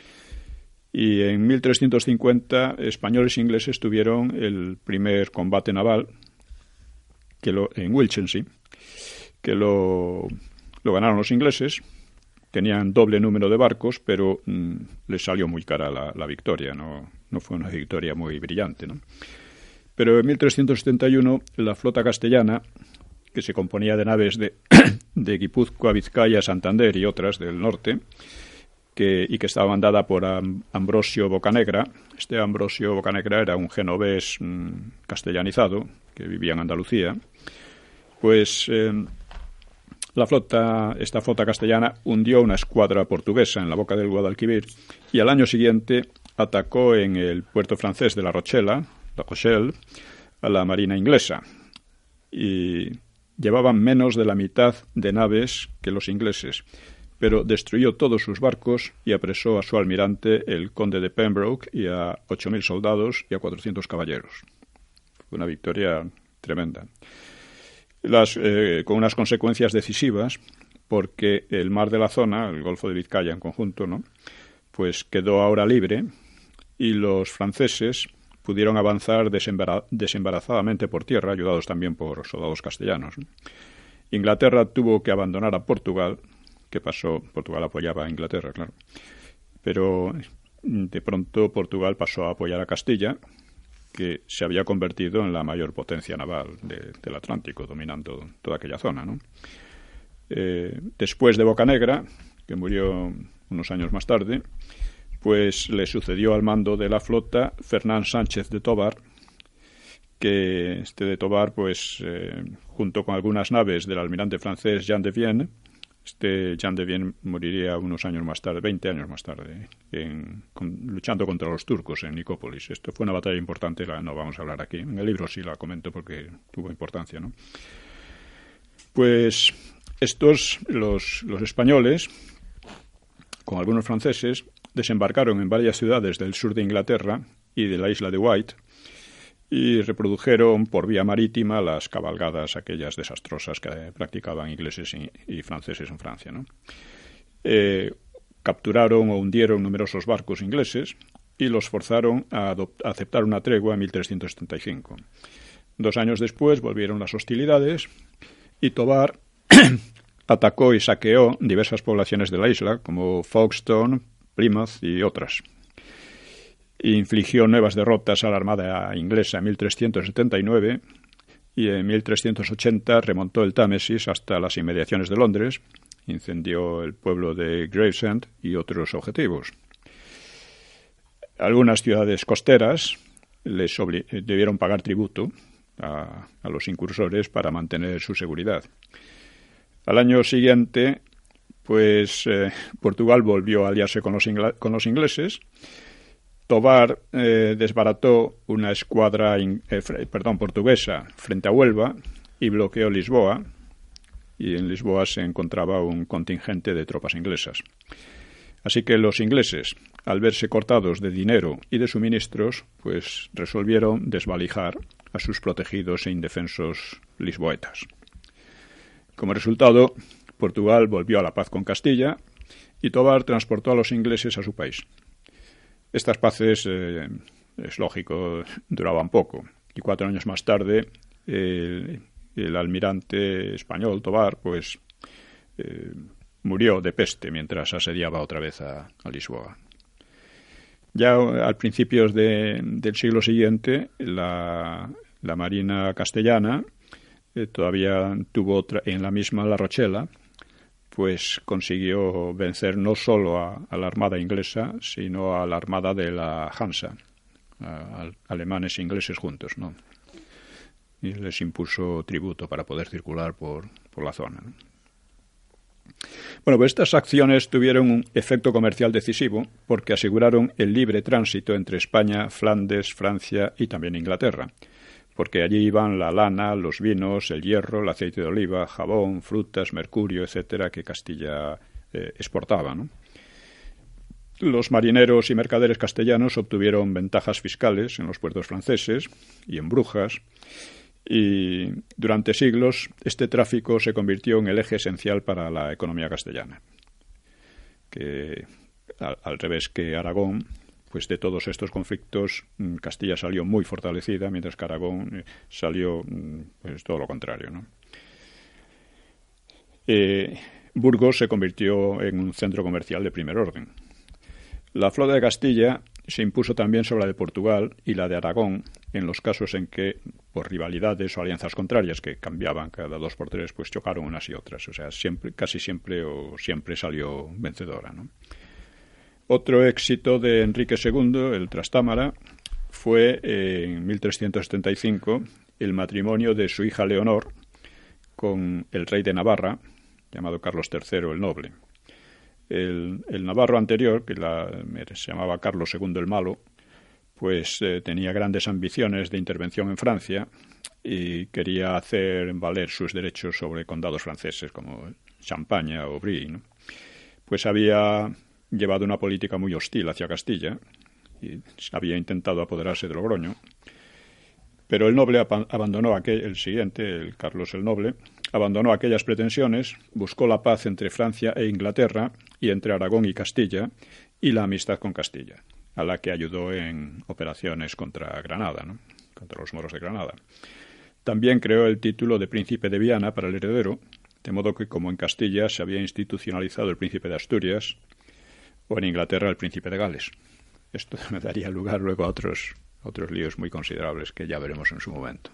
Y en mil trescientos cincuenta españoles e ingleses tuvieron el primer combate naval que lo, en Wilchensee, que lo, lo ganaron los ingleses. Tenían doble número de barcos, pero mmm, les salió muy cara la, la victoria, no, no fue una victoria muy brillante, ¿no? Pero en mil trescientos setenta y uno la flota castellana, que se componía de naves de, de Guipúzcoa, Vizcaya, Santander y otras del norte, que, y que estaba mandada por Am, Ambrosio Bocanegra. Este Ambrosio Bocanegra era un genovés mmm, castellanizado que vivía en Andalucía. Pues eh, la flota, esta flota castellana hundió una escuadra portuguesa en la boca del Guadalquivir y al año siguiente atacó en el puerto francés de La Rochela, La Rochelle, a la marina inglesa, y llevaban menos de la mitad de naves que los ingleses, pero destruyó todos sus barcos y apresó a su almirante, el conde de Pembroke, y a ocho mil soldados y a cuatrocientos caballeros. Fue una victoria tremenda. Las, eh, con unas consecuencias decisivas, porque el mar de la zona, el Golfo de Vizcaya en conjunto, ¿no?, pues quedó ahora libre y los franceses pudieron avanzar desembara- desembarazadamente por tierra, ayudados también por soldados castellanos. Inglaterra tuvo que abandonar a Portugal, que pasó, Portugal apoyaba a Inglaterra, claro, pero de pronto Portugal pasó a apoyar a Castilla, que se había convertido en la mayor potencia naval de, del Atlántico, dominando toda aquella zona, ¿no? Eh, después de Bocanegra, que murió unos años más tarde, pues le sucedió al mando de la flota Fernán Sánchez de Tobar, que este de Tobar, pues eh, junto con algunas naves del almirante francés Jean de Vienne, este Jean de Vienne moriría unos años más tarde, veinte años más tarde, en, con, luchando contra los turcos en Nicópolis. Esto fue una batalla importante, la no vamos a hablar aquí. En el libro sí la comento porque tuvo importancia, ¿no? Pues estos, los, los españoles, con algunos franceses, desembarcaron en varias ciudades del sur de Inglaterra y de la isla de Wight y reprodujeron por vía marítima las cabalgadas aquellas desastrosas que practicaban ingleses y, y franceses en Francia, ¿no? Eh, capturaron o hundieron numerosos barcos ingleses y los forzaron a, a aceptar una tregua en mil trescientos setenta y cinco. Dos años después volvieron las hostilidades y Tobar atacó y saqueó diversas poblaciones de la isla, como Folkestone, Plymouth y otras. Infligió nuevas derrotas a la armada inglesa en mil trescientos setenta y nueve y en mil trescientos ochenta remontó el Támesis hasta las inmediaciones de Londres, incendió el pueblo de Gravesend y otros objetivos. Algunas ciudades costeras les obli- debieron pagar tributo a, a los incursores para mantener su seguridad. Al año siguiente, pues eh, Portugal volvió a aliarse con los, ingl- con los ingleses. Tobar eh, desbarató una escuadra in, eh, fr- perdón, portuguesa frente a Huelva y bloqueó Lisboa. y en Lisboa se encontraba un contingente de tropas inglesas. Así que los ingleses, al verse cortados de dinero y de suministros, pues resolvieron desvalijar a sus protegidos e indefensos lisboetas. Como resultado, Portugal volvió a la paz con Castilla y Tobar transportó a los ingleses a su país. Estas paces, eh, es lógico, duraban poco, y cuatro años más tarde el, el almirante español Tobar pues eh, murió de peste mientras asediaba otra vez a, a Lisboa. Ya al principios de, del siglo siguiente, la, la Marina castellana eh, todavía tuvo otra, en la misma La Rochela, pues consiguió vencer no solo a, a la armada inglesa, sino a la armada de la Hansa, a, a alemanes e ingleses juntos, ¿no? Y les impuso tributo para poder circular por, por la zona, ¿no? Bueno, pues estas acciones tuvieron un efecto comercial decisivo porque aseguraron el libre tránsito entre España, Flandes, Francia y también Inglaterra, porque allí iban la lana, los vinos, el hierro, el aceite de oliva, jabón, frutas, mercurio, etcétera, que Castilla eh, exportaba, ¿no? Los marineros y mercaderes castellanos obtuvieron ventajas fiscales en los puertos franceses y en Brujas, y durante siglos este tráfico se convirtió en el eje esencial para la economía castellana, que al, al revés que Aragón, pues de todos estos conflictos Castilla salió muy fortalecida, mientras que Aragón salió pues todo lo contrario, ¿no? Eh, Burgos se convirtió en un centro comercial de primer orden. La flota de Castilla se impuso también sobre la de Portugal y la de Aragón en los casos en que, por rivalidades o alianzas contrarias que cambiaban cada dos por tres, pues chocaron unas y otras. O sea, siempre, casi siempre o siempre salió vencedora, ¿no? Otro éxito de Enrique segundo, el Trastámara, fue eh, en mil trescientos setenta y cinco el matrimonio de su hija Leonor con el rey de Navarra, llamado Carlos tercero el Noble. El, el navarro anterior, que la, se llamaba Carlos segundo el Malo, pues eh, tenía grandes ambiciones de intervención en Francia y quería hacer valer sus derechos sobre condados franceses como Champaña o Brie, ¿no? Pues había llevado una política muy hostil hacia Castilla y había intentado apoderarse de Logroño, pero el Noble ab- abandonó aquel, el siguiente, el Carlos el Noble, abandonó aquellas pretensiones, buscó la paz entre Francia e Inglaterra y entre Aragón y Castilla y la amistad con Castilla, a la que ayudó en operaciones contra Granada, ¿no? Contra los moros de Granada. También creó el título de Príncipe de Viana para el heredero, de modo que como en Castilla se había institucionalizado el Príncipe de Asturias, o en Inglaterra el Príncipe de Gales. Esto me daría lugar luego a otros, otros líos muy considerables que ya veremos en su momento.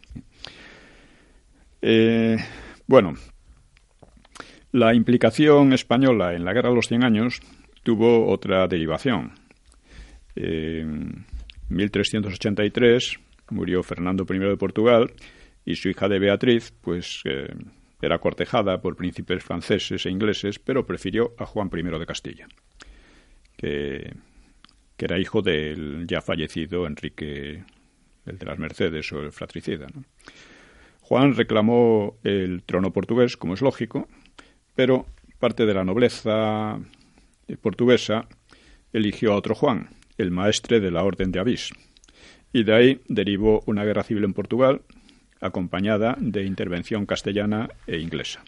Eh, bueno, la implicación española en la Guerra de los Cien Años tuvo otra derivación. En mil trescientos ochenta y tres murió Fernando primero de Portugal y su hija de Beatriz, pues eh, era cortejada por príncipes franceses e ingleses, pero prefirió a Juan primero de Castilla, que, que era hijo del ya fallecido Enrique, el de las Mercedes o el fratricida, ¿no? Juan reclamó el trono portugués, como es lógico, pero parte de la nobleza portuguesa eligió a otro Juan, el maestre de la Orden de Avís, y de ahí derivó una guerra civil en Portugal, acompañada de intervención castellana e inglesa.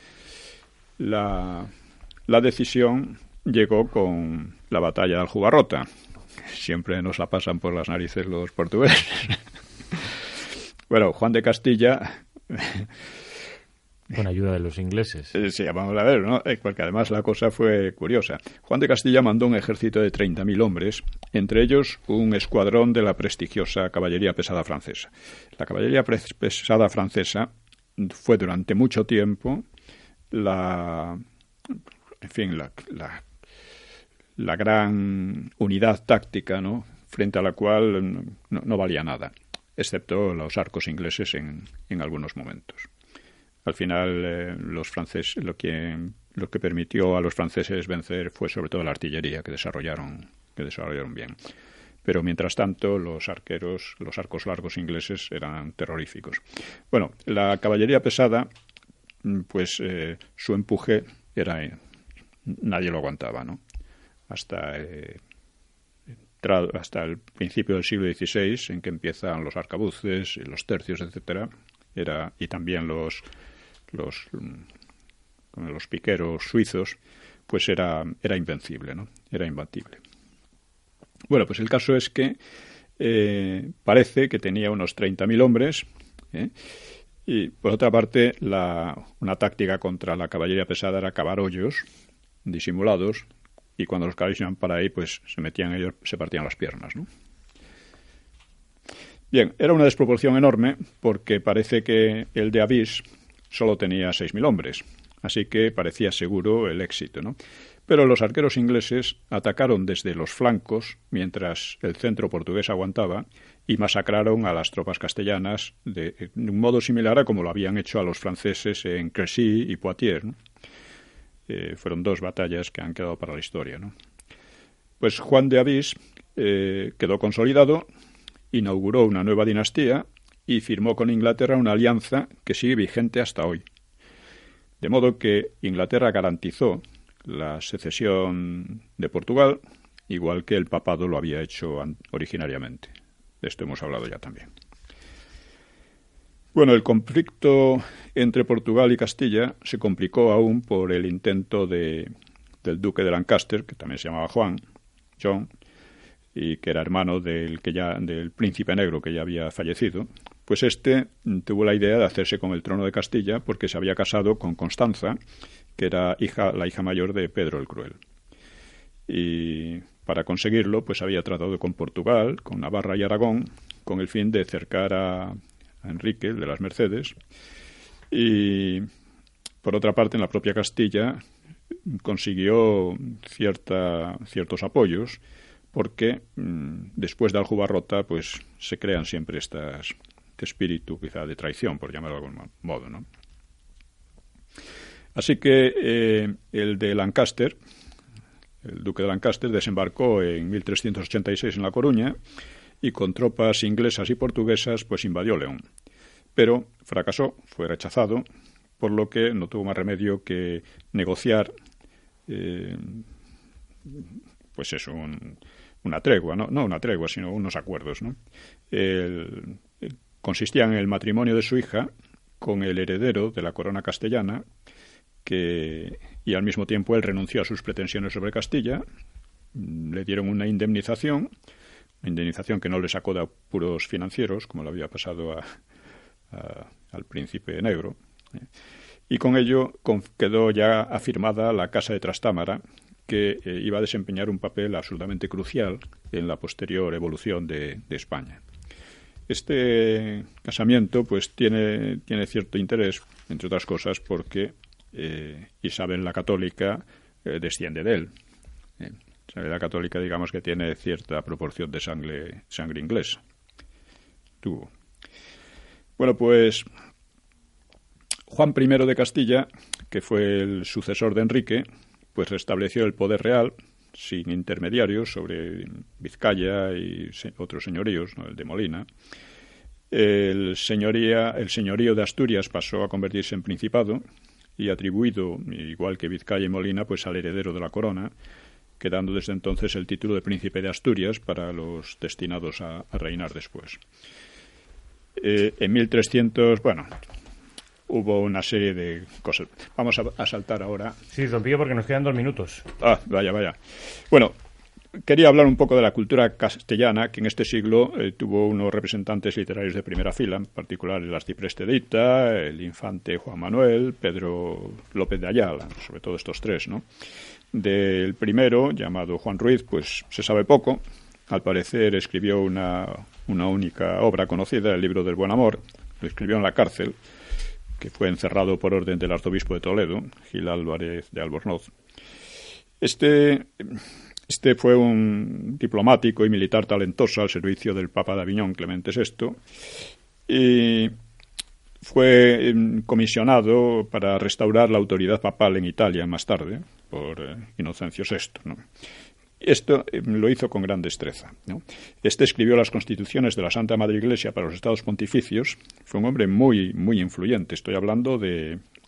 La, la decisión llegó con la batalla de Aljubarrota. Siempre nos la pasan por las narices los portugueses. Bueno, Juan de Castilla... Con ayuda de los ingleses. Sí, vamos a ver, ¿no? Porque además la cosa fue curiosa. Juan de Castilla mandó un ejército de treinta mil hombres, entre ellos un escuadrón de la prestigiosa caballería pesada francesa. La caballería pesada francesa fue durante mucho tiempo la... En fin, la... la la gran unidad táctica, ¿no?, frente a la cual no, no valía nada, excepto los arcos ingleses en, en algunos momentos. Al final, eh, los franceses, lo que, lo que permitió a los franceses vencer fue sobre todo la artillería que desarrollaron, que desarrollaron bien. Pero mientras tanto, los arqueros, los arcos largos ingleses eran terroríficos. Bueno, la caballería pesada pues eh, su empuje era eh, nadie lo aguantaba, ¿no? Hasta eh, hasta el principio del siglo dieciséis, en que empiezan los arcabuces, los tercios, etcétera, era y también los los los piqueros suizos, pues era era invencible, ¿no? Era imbatible. Bueno, pues el caso es que eh, parece que tenía unos treinta mil hombres, ¿eh? Y por otra parte, la, una táctica contra la caballería pesada era cavar hoyos disimulados, y cuando los caballos iban para ahí, pues se metían ellos, se partían las piernas, ¿no? Bien, era una desproporción enorme, porque parece que el de Avís solo tenía seis mil hombres, así que parecía seguro el éxito, ¿no? Pero los arqueros ingleses atacaron desde los flancos, mientras el centro portugués aguantaba, y masacraron a las tropas castellanas de, de un modo similar a como lo habían hecho a los franceses en Crécy y Poitiers, ¿no? Eh, fueron dos batallas que han quedado para la historia, ¿no? Pues Juan de Avís eh, quedó consolidado, inauguró una nueva dinastía y firmó con Inglaterra una alianza que sigue vigente hasta hoy. De modo que Inglaterra garantizó la secesión de Portugal, igual que el papado lo había hecho originariamente. De esto hemos hablado ya también. Bueno, el conflicto entre Portugal y Castilla se complicó aún por el intento de, del duque de Lancaster, que también se llamaba Juan, John, y que era hermano del, que ya, del príncipe negro que ya había fallecido. Pues este tuvo la idea de hacerse con el trono de Castilla porque se había casado con Constanza, que era hija, la hija mayor de Pedro el Cruel. Y para conseguirlo, pues había tratado con Portugal, con Navarra y Aragón, con el fin de cercar a, a Enrique, el de las Mercedes. Y, por otra parte, en la propia Castilla consiguió cierta, ciertos apoyos, porque mmm, después de Aljubarrota, pues se crean siempre estas, este espíritu, quizá de traición, por llamarlo de algún modo, ¿no? Así que eh, el de Lancaster, el duque de Lancaster, desembarcó en mil trescientos ochenta y seis en La Coruña y con tropas inglesas y portuguesas pues invadió León. Pero fracasó, fue rechazado, por lo que no tuvo más remedio que negociar eh, pues eso, un, una tregua, ¿no? no una tregua, sino unos acuerdos, ¿no? El, el, consistían en el matrimonio de su hija con el heredero de la corona castellana, que, y al mismo tiempo él renunció a sus pretensiones sobre Castilla, le dieron una indemnización, una indemnización que no le sacó de apuros financieros, como le había pasado a, a, al príncipe negro, ¿eh? Y con ello con, quedó ya afirmada la Casa de Trastámara, que eh, iba a desempeñar un papel absolutamente crucial en la posterior evolución de, de España. Este casamiento pues tiene, tiene cierto interés, entre otras cosas, porque eh, Isabel la Católica eh, desciende de él. Eh, Isabel la Católica, digamos que tiene cierta proporción de sangre, sangre inglesa. Tuvo. Bueno, pues Juan primero de Castilla, que fue el sucesor de Enrique, pues restableció el poder real sin intermediarios sobre Vizcaya y se, otros señoríos, ¿no? El de Molina. El, señoría, el señorío de Asturias pasó a convertirse en principado y atribuido, igual que Vizcaya y Molina, pues al heredero de la corona, quedando desde entonces el título de príncipe de Asturias para los destinados a, a reinar después. Eh, en mil trescientos, bueno, hubo una serie de cosas. Vamos a, a saltar ahora. Sí, don Pío, porque nos quedan dos minutos. Ah, vaya, vaya. Bueno, quería hablar un poco de la cultura castellana, que en este siglo eh, tuvo unos representantes literarios de primera fila, en particular el arcipreste de Hita, el infante Juan Manuel, Pedro López de Ayala, sobre todo estos tres, ¿no? Del primero, llamado Juan Ruiz, pues se sabe poco. Al parecer escribió una, una única obra conocida, el libro del Buen Amor. Lo escribió en la cárcel, que fue encerrado por orden del arzobispo de Toledo, Gil Álvarez de Albornoz. Este, este fue un diplomático y militar talentoso al servicio del Papa de Aviñón, Clemente sexto, y fue comisionado para restaurar la autoridad papal en Italia más tarde, por eh, Inocencio sexto, ¿no? Esto eh, lo hizo con gran destreza, ¿no? Este escribió las constituciones de la Santa Madre Iglesia para los estados pontificios. Fue un hombre muy, muy influyente. Estoy hablando de,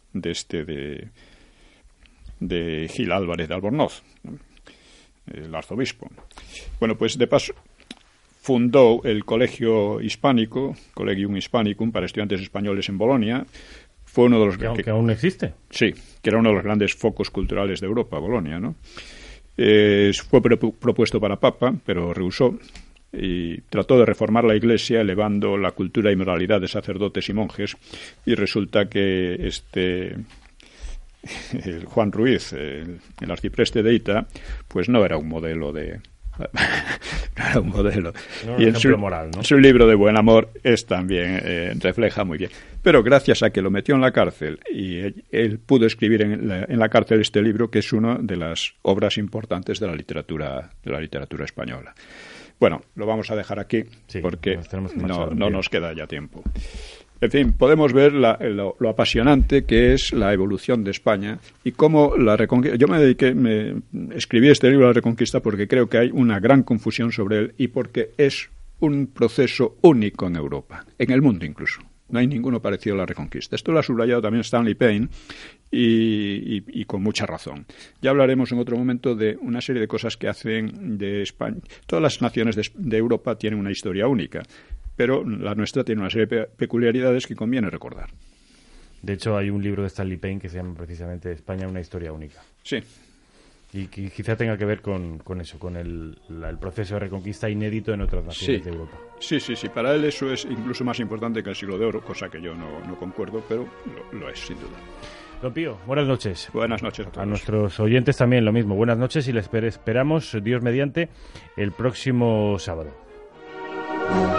de este de, de Gil Álvarez de Albornoz, el arzobispo. Bueno, pues de paso fundó el Colegio Hispánico, Collegium Hispanicum, para estudiantes españoles en Bolonia. Fue uno de los que, que aún existe. Sí, que era uno de los grandes focos culturales de Europa, Bolonia, ¿no? Eh, fue pro, propuesto para papa, pero rehusó y trató de reformar la Iglesia elevando la cultura y moralidad de sacerdotes y monjes, y resulta que este el Juan Ruiz, el, el arcipreste de Ita, pues no era un modelo de no era un modelo. No era y un en ejemplo su, moral, ¿no? su libro de Buen Amor es también eh, refleja muy bien. Pero gracias a que lo metió en la cárcel y él, él pudo escribir en la, en la cárcel este libro, que es una de las obras importantes de la literatura de la literatura española. Bueno, lo vamos a dejar aquí, sí, porque no, no nos queda ya tiempo. En fin, podemos ver la, lo, lo apasionante que es la evolución de España y cómo la reconquista. Yo me dediqué, me escribí este libro, La Reconquista, porque creo que hay una gran confusión sobre él y porque es un proceso único en Europa, en el mundo incluso. No hay ninguno parecido a la Reconquista. Esto lo ha subrayado también Stanley Payne y, y, y con mucha razón. Ya hablaremos en otro momento de una serie de cosas que hacen de España. Todas las naciones de, de Europa tienen una historia única, pero la nuestra tiene una serie de peculiaridades que conviene recordar. De hecho, hay un libro de Stanley Payne que se llama precisamente España, una historia única. Sí. Y que quizá tenga que ver con, con eso, con el, la, el proceso de reconquista inédito en otras naciones sí. de Europa. Sí, sí, sí. Para él eso es incluso más importante que el siglo de oro, cosa que yo no, no concuerdo, pero lo, lo es, sin duda. Don Pío, buenas noches. Buenas noches a todos. A nuestros oyentes también lo mismo. Buenas noches y les esperamos, Dios mediante, el próximo sábado.